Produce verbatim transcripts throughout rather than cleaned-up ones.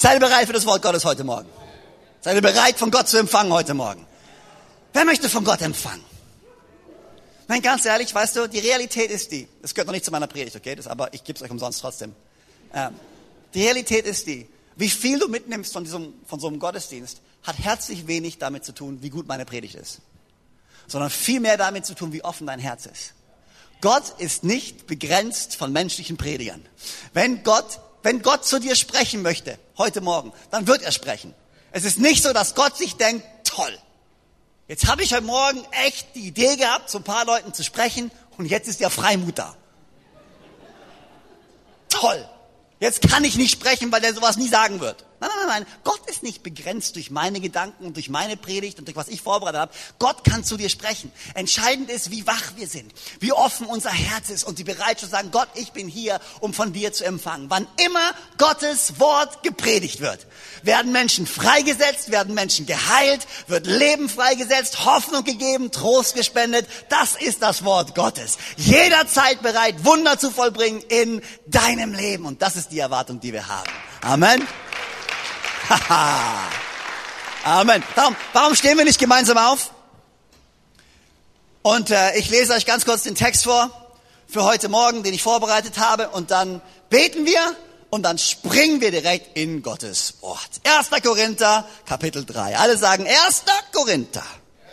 Seid ihr bereit für das Wort Gottes heute Morgen? Seid ihr bereit, von Gott zu empfangen heute Morgen? Wer möchte von Gott empfangen? Nein, ganz ehrlich, weißt du, die Realität ist die, das gehört noch nicht zu meiner Predigt, okay, das, aber ich gebe es euch umsonst trotzdem. Ähm, die Realität ist die, wie viel du mitnimmst von, diesem, von so einem Gottesdienst, hat herzlich wenig damit zu tun, wie gut meine Predigt ist, sondern viel mehr damit zu tun, wie offen dein Herz ist. Gott ist nicht begrenzt von menschlichen Predigern. Wenn Gott, wenn Gott zu dir sprechen möchte, heute Morgen, dann wird er sprechen. Es ist nicht so, dass Gott sich denkt, toll, jetzt habe ich heute Morgen echt die Idee gehabt, zu ein paar Leuten zu sprechen und jetzt ist ja Freimut da. Toll, jetzt kann ich nicht sprechen, weil der sowas nie sagen wird. Nein, nein, nein, nein. Gott ist nicht begrenzt durch meine Gedanken und durch meine Predigt und durch was ich vorbereitet habe. Gott kann zu dir sprechen. Entscheidend ist, wie wach wir sind, wie offen unser Herz ist und die Bereitschaft zu sagen, Gott, ich bin hier, um von dir zu empfangen. Wann immer Gottes Wort gepredigt wird, werden Menschen freigesetzt, werden Menschen geheilt, wird Leben freigesetzt, Hoffnung gegeben, Trost gespendet. Das ist das Wort Gottes. Jederzeit bereit, Wunder zu vollbringen in deinem Leben. Und das ist die Erwartung, die wir haben. Amen. Amen. Warum, warum stehen wir nicht gemeinsam auf? Und äh, ich lese euch ganz kurz den Text vor für heute Morgen, den ich vorbereitet habe. Und dann beten wir und dann springen wir direkt in Gottes Wort. erster Korinther, Kapitel drei. Alle sagen erster Korinther.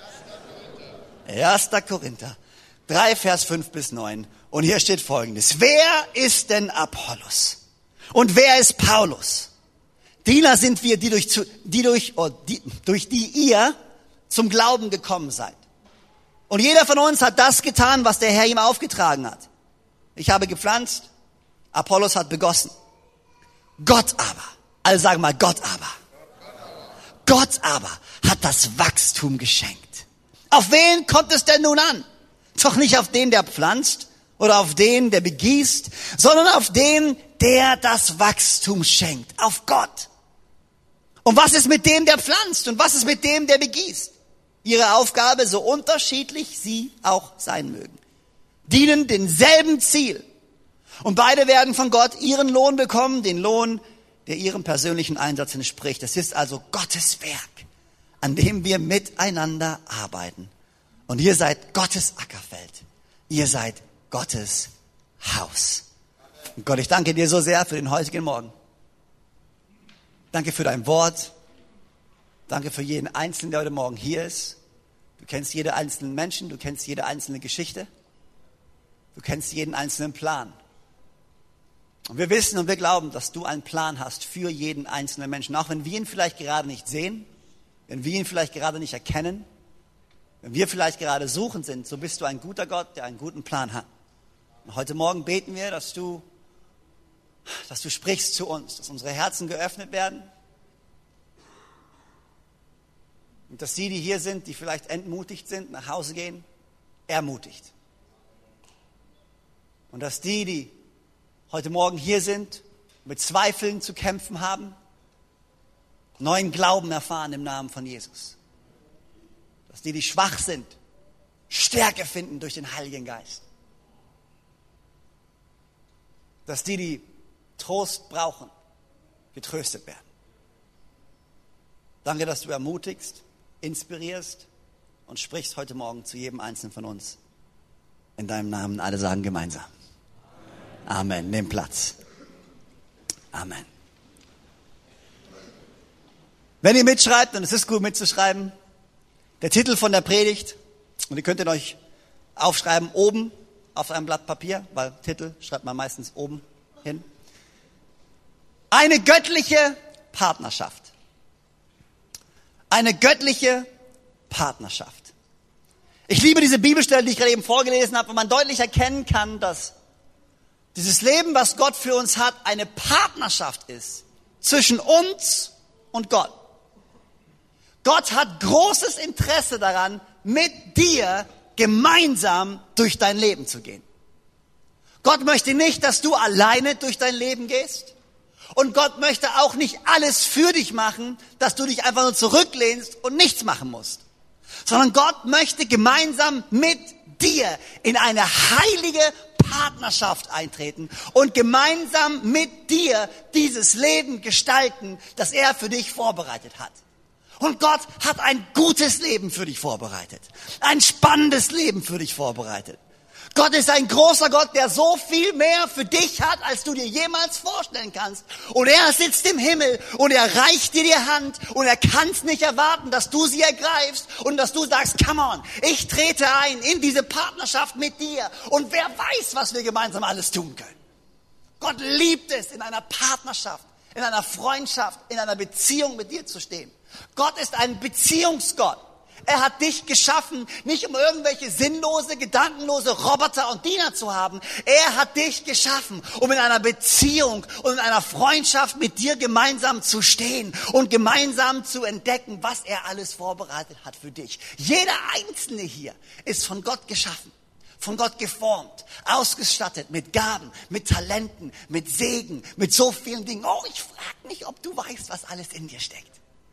erster Korinther. drei, Vers fünf bis neun. Und hier steht Folgendes. Wer ist denn Apollos? Und wer ist Paulus? Diener sind wir, die durch, die durch, oh, die, durch die ihr zum Glauben gekommen seid. Und jeder von uns hat das getan, was der Herr ihm aufgetragen hat. Ich habe gepflanzt, Apollos hat begossen. Gott aber, alle sagen mal Gott aber. Gott aber hat das Wachstum geschenkt. Auf wen kommt es denn nun an? Doch nicht auf den, der pflanzt oder auf den, der begießt, sondern auf den, der das Wachstum schenkt. Auf Gott. Und was ist mit dem, der pflanzt? Und was ist mit dem, der begießt? Ihre Aufgabe, so unterschiedlich sie auch sein mögen, dienen demselben Ziel. Und beide werden von Gott ihren Lohn bekommen, den Lohn, der ihrem persönlichen Einsatz entspricht. Es ist also Gottes Werk, an dem wir miteinander arbeiten. Und ihr seid Gottes Ackerfeld. Ihr seid Gottes Haus. Und Gott, ich danke dir so sehr für den heutigen Morgen. Danke für dein Wort. Danke für jeden Einzelnen, der heute Morgen hier ist. Du kennst jeden einzelnen Menschen, du kennst jede einzelne Geschichte. Du kennst jeden einzelnen Plan. Und wir wissen und wir glauben, dass du einen Plan hast für jeden einzelnen Menschen. Auch wenn wir ihn vielleicht gerade nicht sehen, wenn wir ihn vielleicht gerade nicht erkennen, wenn wir vielleicht gerade suchend sind, so bist du ein guter Gott, der einen guten Plan hat. Und heute Morgen beten wir, dass du dass du sprichst zu uns, dass unsere Herzen geöffnet werden und dass die, die hier sind, die vielleicht entmutigt sind, nach Hause gehen, ermutigt. Und dass die, die heute Morgen hier sind, mit Zweifeln zu kämpfen haben, neuen Glauben erfahren im Namen von Jesus. Dass die, die schwach sind, Stärke finden durch den Heiligen Geist. Dass die, die Trost brauchen, getröstet werden. Danke, dass du ermutigst, inspirierst und sprichst heute Morgen zu jedem Einzelnen von uns. In deinem Namen, alle sagen gemeinsam. Amen. Amen. Nimm Platz. Amen. Wenn ihr mitschreibt, und es ist gut mitzuschreiben, der Titel von der Predigt, und ihr könnt ihn euch aufschreiben oben auf einem Blatt Papier, weil Titel schreibt man meistens oben hin. Eine göttliche Partnerschaft. Eine göttliche Partnerschaft. Ich liebe diese Bibelstelle, die ich gerade eben vorgelesen habe, wo man deutlich erkennen kann, dass dieses Leben, was Gott für uns hat, eine Partnerschaft ist zwischen uns und Gott. Gott hat großes Interesse daran, mit dir gemeinsam durch dein Leben zu gehen. Gott möchte nicht, dass du alleine durch dein Leben gehst. Und Gott möchte auch nicht alles für dich machen, dass du dich einfach nur zurücklehnst und nichts machen musst. Sondern Gott möchte gemeinsam mit dir in eine heilige Partnerschaft eintreten und gemeinsam mit dir dieses Leben gestalten, das er für dich vorbereitet hat. Und Gott hat ein gutes Leben für dich vorbereitet. Ein spannendes Leben für dich vorbereitet. Gott ist ein großer Gott, der so viel mehr für dich hat, als du dir jemals vorstellen kannst. Und er sitzt im Himmel und er reicht dir die Hand und er kann es nicht erwarten, dass du sie ergreifst und dass du sagst, come on, ich trete ein in diese Partnerschaft mit dir. Und wer weiß, was wir gemeinsam alles tun können. Gott liebt es, in einer Partnerschaft, in einer Freundschaft, in einer Beziehung mit dir zu stehen. Gott ist ein Beziehungsgott. Er hat dich geschaffen, nicht um irgendwelche sinnlose, gedankenlose Roboter und Diener zu haben. Er hat dich geschaffen, um in einer Beziehung und in einer Freundschaft mit dir gemeinsam zu stehen und gemeinsam zu entdecken, was er alles vorbereitet hat für dich. Jeder Einzelne hier ist von Gott geschaffen, von Gott geformt, ausgestattet mit Gaben, mit Talenten, mit Segen, mit so vielen Dingen. Oh, ich frage mich, ob du weißt, was alles in dir steckt.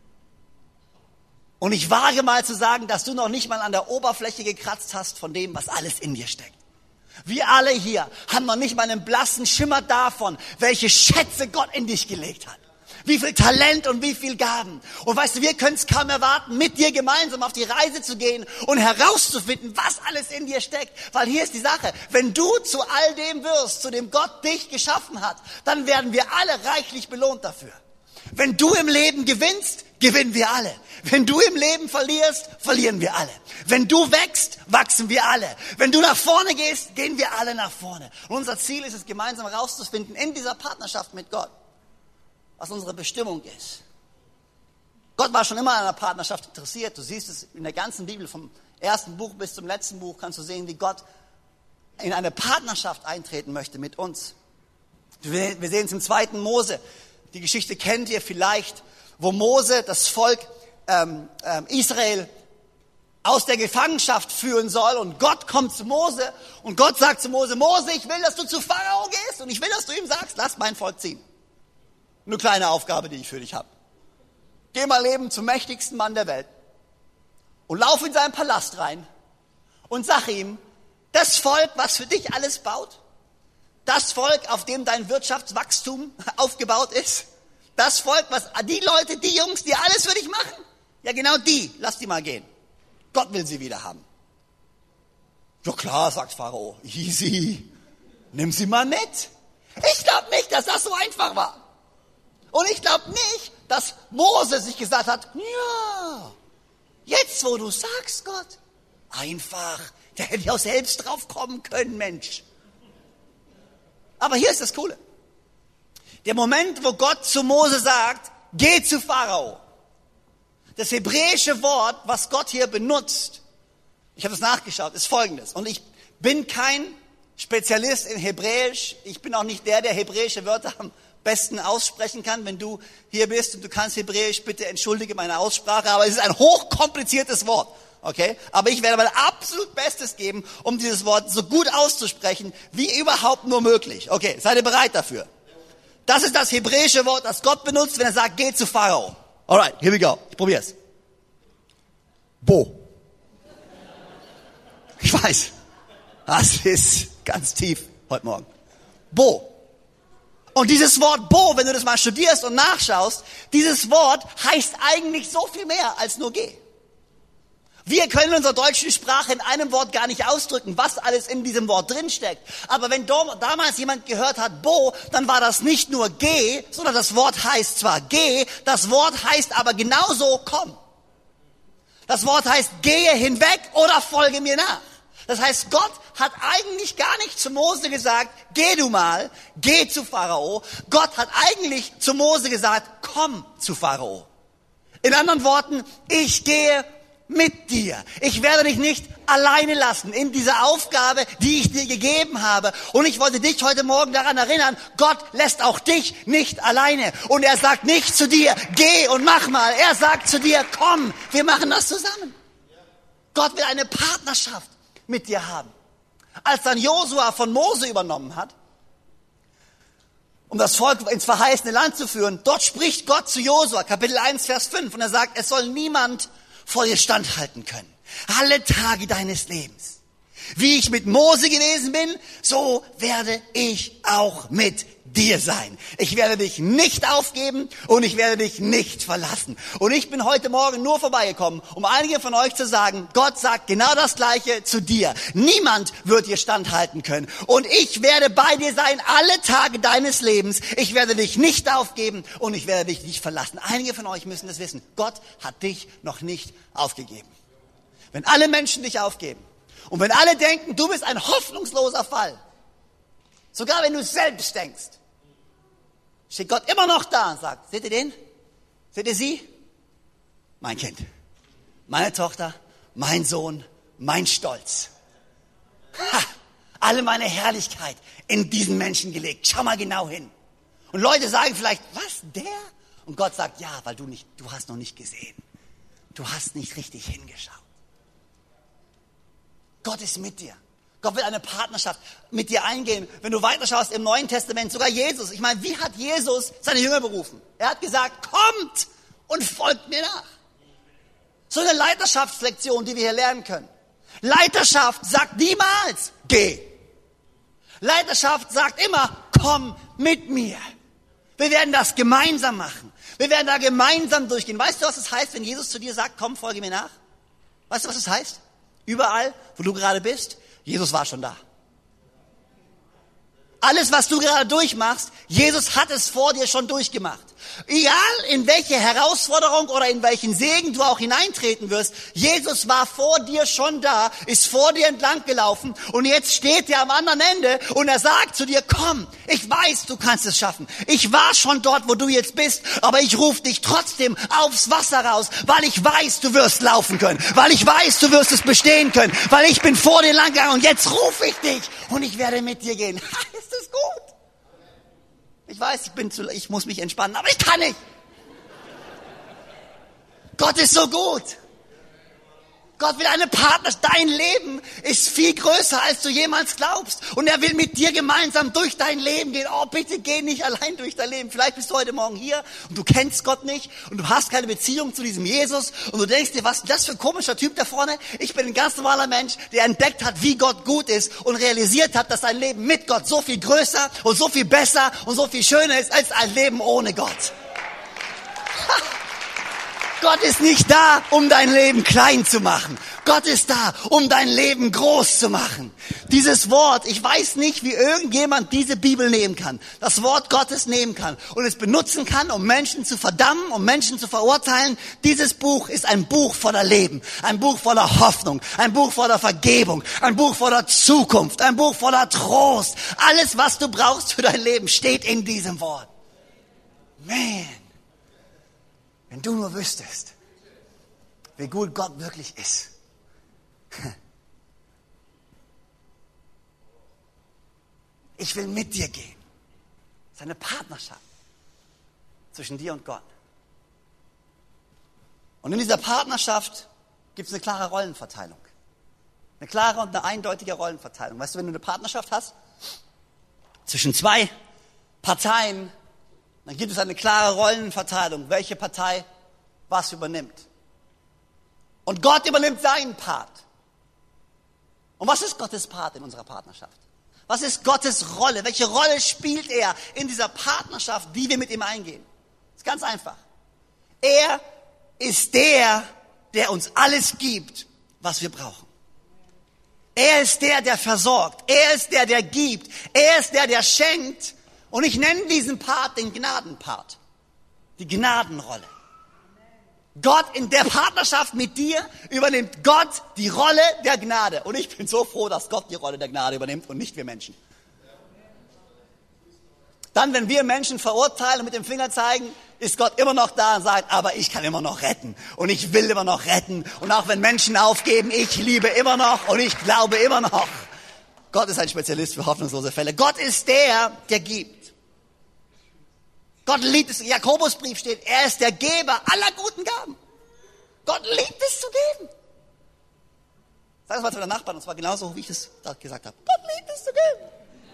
Und ich wage mal zu sagen, dass du noch nicht mal an der Oberfläche gekratzt hast von dem, was alles in dir steckt. Wir alle hier haben noch nicht mal einen blassen Schimmer davon, welche Schätze Gott in dich gelegt hat. Wie viel Talent und wie viel Gaben. Und weißt du, wir können es kaum erwarten, mit dir gemeinsam auf die Reise zu gehen und herauszufinden, was alles in dir steckt. Weil hier ist die Sache, wenn du zu all dem wirst, zu dem Gott dich geschaffen hat, dann werden wir alle reichlich belohnt dafür. Wenn du im Leben gewinnst, gewinnen wir alle. Wenn du im Leben verlierst, verlieren wir alle. Wenn du wächst, wachsen wir alle. Wenn du nach vorne gehst, gehen wir alle nach vorne. Und unser Ziel ist es, gemeinsam herauszufinden, in dieser Partnerschaft mit Gott, was unsere Bestimmung ist. Gott war schon immer an einer Partnerschaft interessiert. Du siehst es in der ganzen Bibel, vom ersten Buch bis zum letzten Buch, kannst du sehen, wie Gott in eine Partnerschaft eintreten möchte mit uns. Wir sehen es im zweiten Mose. Die Geschichte kennt ihr vielleicht, wo Mose das Volk ähm, ähm, Israel aus der Gefangenschaft führen soll. Und Gott kommt zu Mose und Gott sagt zu Mose, Mose, ich will, dass du zu Pharao gehst und ich will, dass du ihm sagst, lass mein Volk ziehen. Eine kleine Aufgabe, die ich für dich habe. Geh mal leben zum mächtigsten Mann der Welt und lauf in seinen Palast rein und sag ihm, das Volk, was für dich alles baut, das Volk, auf dem dein Wirtschaftswachstum aufgebaut ist, das Volk, was die Leute, die Jungs, die alles für dich machen, ja genau die, lass die mal gehen. Gott will sie wieder haben. Ja klar, sagt Pharao, easy, nimm sie mal mit. Ich glaube nicht, dass das so einfach war. Und ich glaube nicht, dass Mose sich gesagt hat, ja, jetzt wo du sagst, Gott, einfach, da hätte ich auch selbst drauf kommen können, Mensch. Aber hier ist das Coole. Der Moment, wo Gott zu Mose sagt, geh zu Pharao. Das hebräische Wort, was Gott hier benutzt, ich habe es nachgeschaut, ist folgendes. Und ich bin kein Spezialist in Hebräisch. Ich bin auch nicht der, der hebräische Wörter am besten aussprechen kann. Wenn du hier bist und du kannst Hebräisch, bitte entschuldige meine Aussprache. Aber es ist ein hochkompliziertes Wort. Okay? Aber ich werde mein absolut Bestes geben, um dieses Wort so gut auszusprechen, wie überhaupt nur möglich. Okay, seid ihr bereit dafür? Das ist das hebräische Wort, das Gott benutzt, wenn er sagt, geh zu Pharao. Alright, here we go. Ich probier's. Bo. Ich weiß, das ist ganz tief heute Morgen. Bo. Und dieses Wort Bo, wenn du das mal studierst und nachschaust, dieses Wort heißt eigentlich so viel mehr als nur geh. Wir können in unserer deutschen Sprache in einem Wort gar nicht ausdrücken, was alles in diesem Wort drinsteckt. Aber wenn damals jemand gehört hat, Bo, dann war das nicht nur geh, sondern das Wort heißt zwar geh, das Wort heißt aber genauso komm. Das Wort heißt gehe hinweg oder folge mir nach. Das heißt, Gott hat eigentlich gar nicht zu Mose gesagt, geh du mal, geh zu Pharao. Gott hat eigentlich zu Mose gesagt, komm zu Pharao. In anderen Worten, ich gehe mit dir. Ich werde dich nicht alleine lassen in dieser Aufgabe, die ich dir gegeben habe. Und ich wollte dich heute Morgen daran erinnern, Gott lässt auch dich nicht alleine. Und er sagt nicht zu dir, geh und mach mal. Er sagt zu dir, komm, wir machen das zusammen. Gott will eine Partnerschaft mit dir haben. Als dann Josua von Mose übernommen hat, um das Volk ins verheißene Land zu führen, dort spricht Gott zu Josua, Kapitel eins, Vers fünf, und er sagt, es soll niemand vor dir standhalten können. Alle Tage deines Lebens. Wie ich mit Mose gewesen bin, so werde ich auch mit dir sein. Ich werde dich nicht aufgeben und ich werde dich nicht verlassen. Und ich bin heute Morgen nur vorbeigekommen, um einige von euch zu sagen, Gott sagt genau das Gleiche zu dir. Niemand wird dir standhalten können. Und ich werde bei dir sein alle Tage deines Lebens. Ich werde dich nicht aufgeben und ich werde dich nicht verlassen. Einige von euch müssen das wissen. Gott hat dich noch nicht aufgegeben. Wenn alle Menschen dich aufgeben und wenn alle denken, du bist ein hoffnungsloser Fall, sogar wenn du selbst denkst, steht Gott immer noch da und sagt, seht ihr den? Seht ihr sie? Mein Kind, meine Tochter, mein Sohn, mein Stolz. Ha, alle meine Herrlichkeit in diesen Menschen gelegt. Schau mal genau hin. Und Leute sagen vielleicht, was, der? Und Gott sagt, ja, weil du nicht, du hast noch nicht gesehen. Du hast nicht richtig hingeschaut. Gott ist mit dir. Gott will eine Partnerschaft mit dir eingehen. Wenn du weiterschaust im Neuen Testament, sogar Jesus. Ich meine, wie hat Jesus seine Jünger berufen? Er hat gesagt, kommt und folgt mir nach. So eine Leiterschaftslektion, die wir hier lernen können. Leiterschaft sagt niemals, geh. Leiterschaft sagt immer, komm mit mir. Wir werden das gemeinsam machen. Wir werden da gemeinsam durchgehen. Weißt du, was es heißt, wenn Jesus zu dir sagt, komm, folge mir nach? Weißt du, was es heißt? Überall, wo du gerade bist, Jesus war schon da. Alles, was du gerade durchmachst, Jesus hat es vor dir schon durchgemacht. Egal, in welche Herausforderung oder in welchen Segen du auch hineintreten wirst, Jesus war vor dir schon da, ist vor dir entlang gelaufen und jetzt steht er am anderen Ende und er sagt zu dir, komm, ich weiß, du kannst es schaffen. Ich war schon dort, wo du jetzt bist, aber ich rufe dich trotzdem aufs Wasser raus, weil ich weiß, du wirst laufen können, weil ich weiß, du wirst es bestehen können, weil ich bin vor dir lang gegangen und jetzt rufe ich dich und ich werde mit dir gehen. Ist das gut? Ich weiß, ich bin zu, ich muss mich entspannen, aber ich kann nicht. Gott ist so gut. Gott will eine Partnerschaft. Dein Leben ist viel größer, als du jemals glaubst. Und er will mit dir gemeinsam durch dein Leben gehen. Oh, bitte geh nicht allein durch dein Leben. Vielleicht bist du heute Morgen hier und du kennst Gott nicht und du hast keine Beziehung zu diesem Jesus und du denkst dir, was ist das für ein komischer Typ da vorne? Ich bin ein ganz normaler Mensch, der entdeckt hat, wie Gott gut ist und realisiert hat, dass sein Leben mit Gott so viel größer und so viel besser und so viel schöner ist, als ein Leben ohne Gott. Gott ist nicht da, um dein Leben klein zu machen. Gott ist da, um dein Leben groß zu machen. Dieses Wort, ich weiß nicht, wie irgendjemand diese Bibel nehmen kann, das Wort Gottes nehmen kann und es benutzen kann, um Menschen zu verdammen, um Menschen zu verurteilen. Dieses Buch ist ein Buch voller Leben, ein Buch voller Hoffnung, ein Buch voller Vergebung, ein Buch voller Zukunft, ein Buch voller Trost. Alles, was du brauchst für dein Leben, steht in diesem Wort. Man. Wenn du nur wüsstest, wie gut Gott wirklich ist. Ich will mit dir gehen. Das ist eine Partnerschaft zwischen dir und Gott. Und in dieser Partnerschaft gibt es eine klare Rollenverteilung. Eine klare und eine eindeutige Rollenverteilung. Weißt du, wenn du eine Partnerschaft hast zwischen zwei Parteien, dann gibt es eine klare Rollenverteilung, welche Partei was übernimmt. Und Gott übernimmt seinen Part. Und was ist Gottes Part in unserer Partnerschaft? Was ist Gottes Rolle? Welche Rolle spielt er in dieser Partnerschaft, die wir mit ihm eingehen? Das ist ganz einfach. Er ist der, der uns alles gibt, was wir brauchen. Er ist der, der versorgt. Er ist der, der gibt. Er ist der, der schenkt. Und ich nenne diesen Part den Gnadenpart. Die Gnadenrolle. Gott in der Partnerschaft mit dir übernimmt Gott die Rolle der Gnade. Und ich bin so froh, dass Gott die Rolle der Gnade übernimmt und nicht wir Menschen. Dann, wenn wir Menschen verurteilen und mit dem Finger zeigen, ist Gott immer noch da und sagt, aber ich kann immer noch retten und ich will immer noch retten. Und auch wenn Menschen aufgeben, ich liebe immer noch und ich glaube immer noch. Gott ist ein Spezialist für hoffnungslose Fälle. Gott ist der, der gibt. Gott liebt es. Im Jakobusbrief steht, er ist der Geber aller guten Gaben. Gott liebt es zu geben. Sag das mal zu deinem Nachbarn, und zwar genauso, wie ich es da gesagt habe. Gott liebt es zu geben.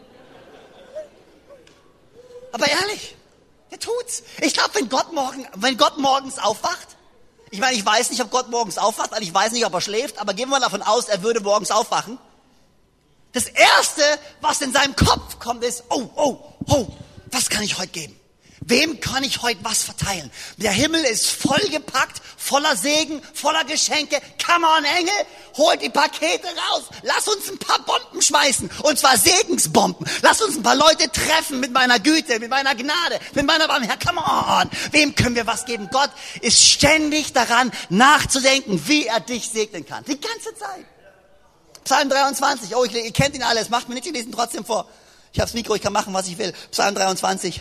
Aber ehrlich, der tut's. Ich glaube, wenn Gott morgen, wenn Gott morgens aufwacht, ich meine, ich weiß nicht, ob Gott morgens aufwacht, weil ich weiß nicht, ob er schläft, aber gehen wir mal davon aus, er würde morgens aufwachen. Das Erste, was in seinem Kopf kommt, ist, oh, oh, oh, was kann ich heute geben? Wem kann ich heute was verteilen? Der Himmel ist vollgepackt, voller Segen, voller Geschenke. Come on, Engel, holt die Pakete raus. Lass uns ein paar Bomben schmeißen. Und zwar Segensbomben. Lass uns ein paar Leute treffen mit meiner Güte, mit meiner Gnade, mit meiner Barmherzigkeit. Come on. Wem können wir was geben? Gott ist ständig daran, nachzudenken, wie er dich segnen kann. Die ganze Zeit. Psalm dreiundzwanzig. Oh, ich, ihr kennt ihn alle. Es macht mir nichts, ich lese ihn trotzdem vor. Ich habe das Mikro, ich kann machen, was ich will. Psalm dreiundzwanzig.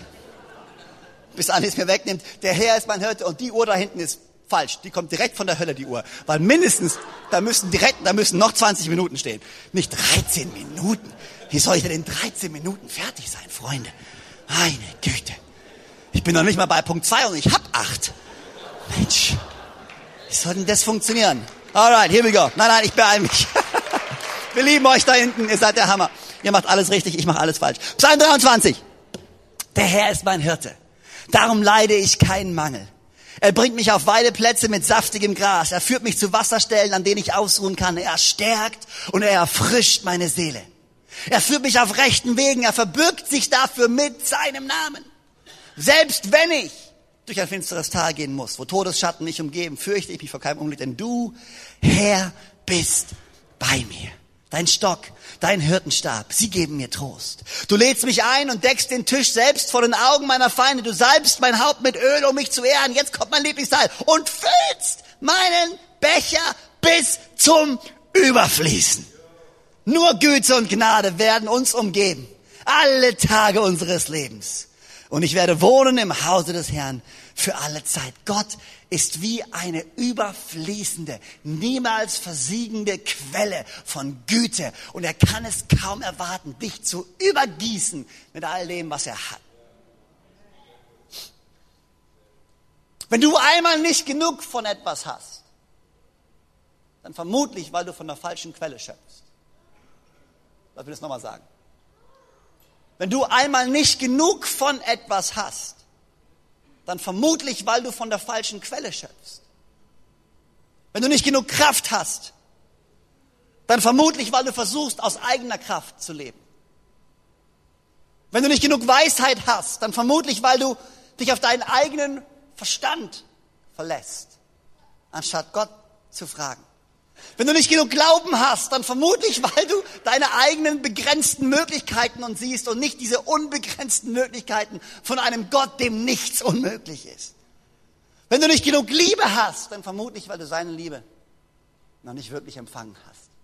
Bis Andi es mir wegnimmt. Der Herr ist mein Hirte und die Uhr da hinten ist falsch. Die kommt direkt von der Hölle, die Uhr. Weil mindestens, da müssen direkt, da müssen noch zwanzig Minuten stehen. Nicht dreizehn Minuten. Wie soll ich denn in dreizehn Minuten fertig sein, Freunde? Meine Güte. Ich bin noch nicht mal bei Punkt zwei und ich hab acht. Mensch. Wie soll denn das funktionieren? Alright, here we go. Nein, nein, ich beeile mich. Wir lieben euch da hinten. Ihr seid der Hammer. Ihr macht alles richtig, ich mache alles falsch. Psalm dreiundzwanzig. Der Herr ist mein Hirte. Darum leide ich keinen Mangel. Er bringt mich auf Weideplätze mit saftigem Gras. Er führt mich zu Wasserstellen, an denen ich ausruhen kann. Er stärkt und er erfrischt meine Seele. Er führt mich auf rechten Wegen. Er verbirgt sich dafür mit seinem Namen. Selbst wenn ich durch ein finsteres Tal gehen muss, wo Todesschatten mich umgeben, fürchte ich mich vor keinem Unglück, denn du, Herr, bist bei mir. Dein Stock, dein Hirtenstab, sie geben mir Trost. Du lädst mich ein und deckst den Tisch selbst vor den Augen meiner Feinde. Du salbst mein Haupt mit Öl, um mich zu ehren. Jetzt kommt mein Lieblingsteil. Und füllst meinen Becher bis zum Überfließen. Nur Güte und Gnade werden uns umgeben. Alle Tage unseres Lebens. Und ich werde wohnen im Hause des Herrn für alle Zeit. Gott ist wie eine überfließende, niemals versiegende Quelle von Güte. Und er kann es kaum erwarten, dich zu übergießen mit all dem, was er hat. Wenn du einmal nicht genug von etwas hast, dann vermutlich, weil du von der falschen Quelle schöpfst. Lass mich das nochmal sagen. Wenn du einmal nicht genug von etwas hast, dann vermutlich, weil du von der falschen Quelle schöpfst. Wenn du nicht genug Kraft hast, dann vermutlich, weil du versuchst, aus eigener Kraft zu leben. Wenn du nicht genug Weisheit hast, dann vermutlich, weil du dich auf deinen eigenen Verstand verlässt, anstatt Gott zu fragen. Wenn du nicht genug Glauben hast, dann vermutlich, weil du deine eigenen begrenzten Möglichkeiten und siehst und nicht diese unbegrenzten Möglichkeiten von einem Gott, dem nichts unmöglich ist. Wenn du nicht genug Liebe hast, dann vermutlich, weil du seine Liebe noch nicht wirklich empfangen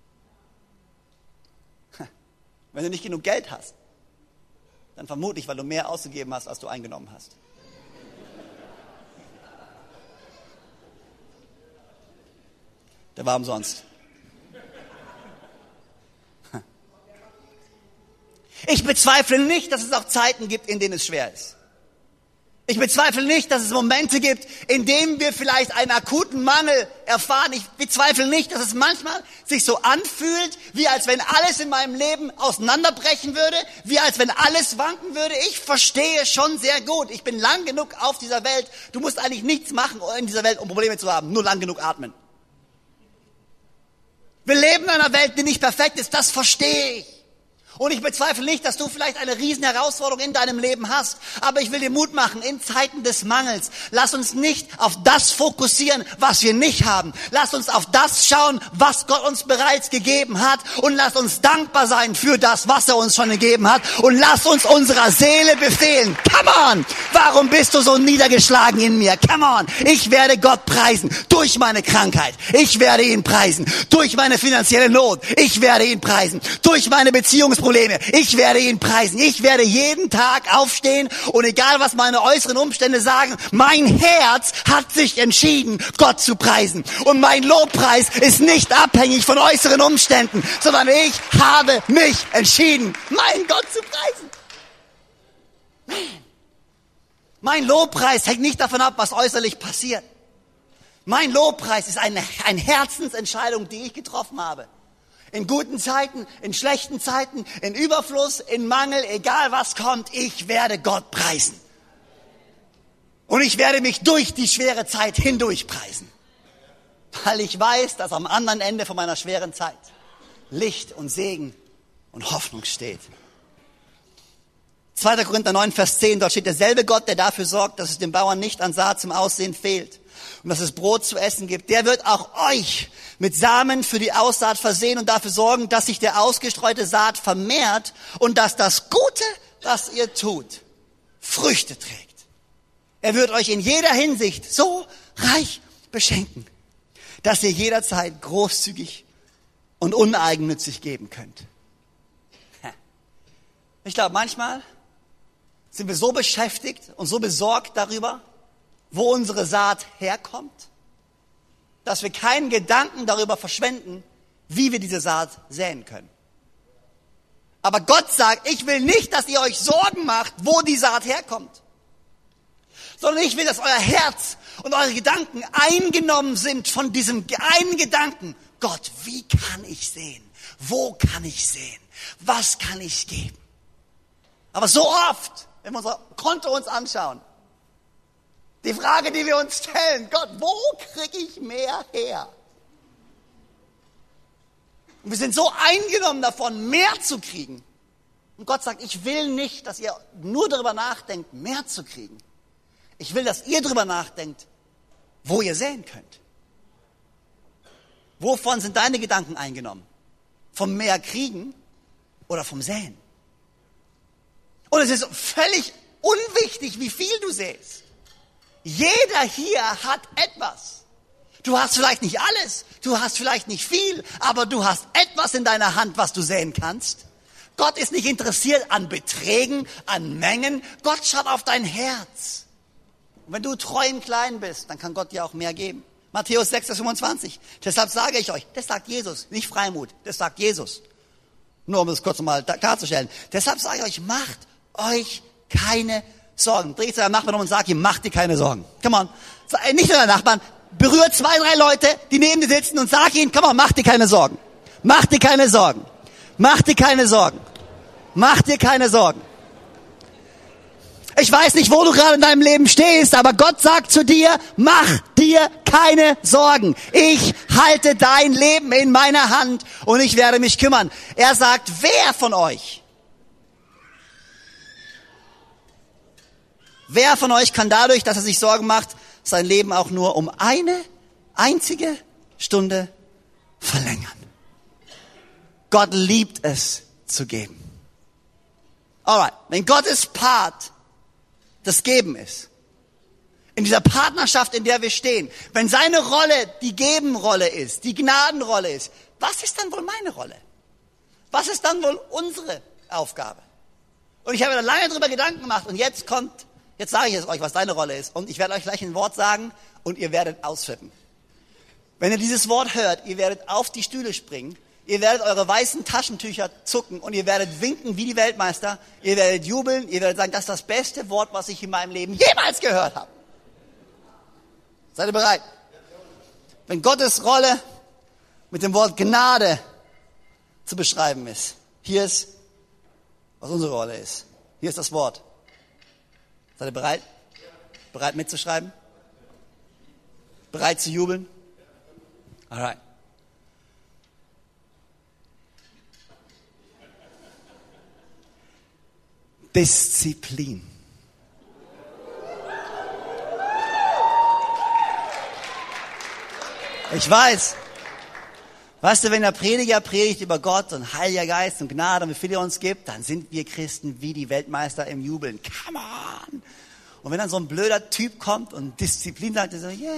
hast. Wenn du nicht genug Geld hast, dann vermutlich, weil du mehr ausgegeben hast, als du eingenommen hast. Der war umsonst. Ich bezweifle nicht, dass es auch Zeiten gibt, in denen es schwer ist. Ich bezweifle nicht, dass es Momente gibt, in denen wir vielleicht einen akuten Mangel erfahren. Ich bezweifle nicht, dass es manchmal sich so anfühlt, wie als wenn alles in meinem Leben auseinanderbrechen würde, wie als wenn alles wanken würde. Ich verstehe schon sehr gut. Ich bin lang genug auf dieser Welt. Du musst eigentlich nichts machen in dieser Welt, um Probleme zu haben. Nur lang genug atmen. Wir leben in einer Welt, die nicht perfekt ist, das verstehe ich. Und ich bezweifle nicht, dass du vielleicht eine riesen Herausforderung in deinem Leben hast. Aber ich will dir Mut machen, in Zeiten des Mangels, lass uns nicht auf das fokussieren, was wir nicht haben. Lass uns auf das schauen, was Gott uns bereits gegeben hat. Und lass uns dankbar sein für das, was er uns schon gegeben hat. Und lass uns unserer Seele befehlen. Come on! Warum bist du so niedergeschlagen in mir? Come on! Ich werde Gott preisen durch meine Krankheit. Ich werde ihn preisen durch meine finanzielle Not. Ich werde ihn preisen durch meine Beziehungsprobleme. Ich werde ihn preisen. Ich werde jeden Tag aufstehen und egal was meine äußeren Umstände sagen, mein Herz hat sich entschieden, Gott zu preisen. Und mein Lobpreis ist nicht abhängig von äußeren Umständen, sondern ich habe mich entschieden, meinen Gott zu preisen. Mein Lobpreis hängt nicht davon ab, was äußerlich passiert. Mein Lobpreis ist eine, eine Herzensentscheidung, die ich getroffen habe. In guten Zeiten, in schlechten Zeiten, in Überfluss, in Mangel, egal was kommt, ich werde Gott preisen. Und ich werde mich durch die schwere Zeit hindurch preisen. Weil ich weiß, dass am anderen Ende von meiner schweren Zeit Licht und Segen und Hoffnung steht. zweiter Korinther neun, Vers zehn, dort steht: Derselbe Gott, der dafür sorgt, dass es den Bauern nicht an Saat zum Aussehen fehlt und dass es Brot zu essen gibt, der wird auch euch mit Samen für die Aussaat versehen und dafür sorgen, dass sich der ausgestreute Saat vermehrt und dass das Gute, was ihr tut, Früchte trägt. Er wird euch in jeder Hinsicht so reich beschenken, dass ihr jederzeit großzügig und uneigennützig geben könnt. Ich glaube, manchmal sind wir so beschäftigt und so besorgt darüber, wo unsere Saat herkommt, dass wir keinen Gedanken darüber verschwenden, wie wir diese Saat säen können. Aber Gott sagt, ich will nicht, dass ihr euch Sorgen macht, wo die Saat herkommt, sondern ich will, dass euer Herz und eure Gedanken eingenommen sind von diesem einen Gedanken: Gott, wie kann ich säen? Wo kann ich säen? Was kann ich geben? Aber so oft, wenn wir unser Konto uns anschauen, die Frage, die wir uns stellen: Gott, wo kriege ich mehr her? Und wir sind so eingenommen davon, mehr zu kriegen. Und Gott sagt, ich will nicht, dass ihr nur darüber nachdenkt, mehr zu kriegen. Ich will, dass ihr darüber nachdenkt, wo ihr säen könnt. Wovon sind deine Gedanken eingenommen? Vom mehr kriegen oder vom Säen? Und es ist völlig unwichtig, wie viel du säst. Jeder hier hat etwas. Du hast vielleicht nicht alles, du hast vielleicht nicht viel, aber du hast etwas in deiner Hand, was du säen kannst. Gott ist nicht interessiert an Beträgen, an Mengen. Gott schaut auf dein Herz. Und wenn du treu im Kleinen bist, dann kann Gott dir auch mehr geben. Matthäus sechs, Vers fünfundzwanzig. Deshalb sage ich euch, das sagt Jesus, nicht Freimut, das sagt Jesus. Nur um es kurz mal klarzustellen. Deshalb sage ich euch, macht euch keine Sorgen. Dreh zu deinem Nachbarn um und sag ihm, mach dir keine Sorgen. Come on. Nicht nur deinem Nachbarn, berühr zwei, drei Leute, die neben dir sitzen und sag ihnen, come on, mach dir keine Sorgen. Mach dir keine Sorgen. Mach dir keine Sorgen. Mach dir keine Sorgen. Ich weiß nicht, wo du gerade in deinem Leben stehst, aber Gott sagt zu dir, mach dir keine Sorgen. Ich halte dein Leben in meiner Hand und ich werde mich kümmern. Er sagt, wer von euch, wer von euch kann dadurch, dass er sich Sorgen macht, sein Leben auch nur um eine einzige Stunde verlängern? Gott liebt es zu geben. Alright, wenn Gottes Part das Geben ist, in dieser Partnerschaft, in der wir stehen, wenn seine Rolle die Gebenrolle ist, die Gnadenrolle ist, was ist dann wohl meine Rolle? Was ist dann wohl unsere Aufgabe? Und ich habe da lange drüber Gedanken gemacht und jetzt kommt, jetzt sage ich es euch, was deine Rolle ist und ich werde euch gleich ein Wort sagen und ihr werdet ausflippen. Wenn ihr dieses Wort hört, ihr werdet auf die Stühle springen, ihr werdet eure weißen Taschentücher zucken und ihr werdet winken wie die Weltmeister. Ihr werdet jubeln, ihr werdet sagen, das ist das beste Wort, was ich in meinem Leben jemals gehört habe. Seid ihr bereit? Wenn Gottes Rolle mit dem Wort Gnade zu beschreiben ist, hier ist, was unsere Rolle ist. Hier ist das Wort. Seid ihr bereit? Bereit mitzuschreiben? Bereit zu jubeln? Alright. Disziplin. Ich weiß, weißt du, wenn der Prediger predigt über Gott und Heiliger Geist und Gnade und wie viel er uns gibt, dann sind wir Christen wie die Weltmeister im Jubeln. Come on! Und wenn dann so ein blöder Typ kommt und Disziplin sagt, er so, yeah,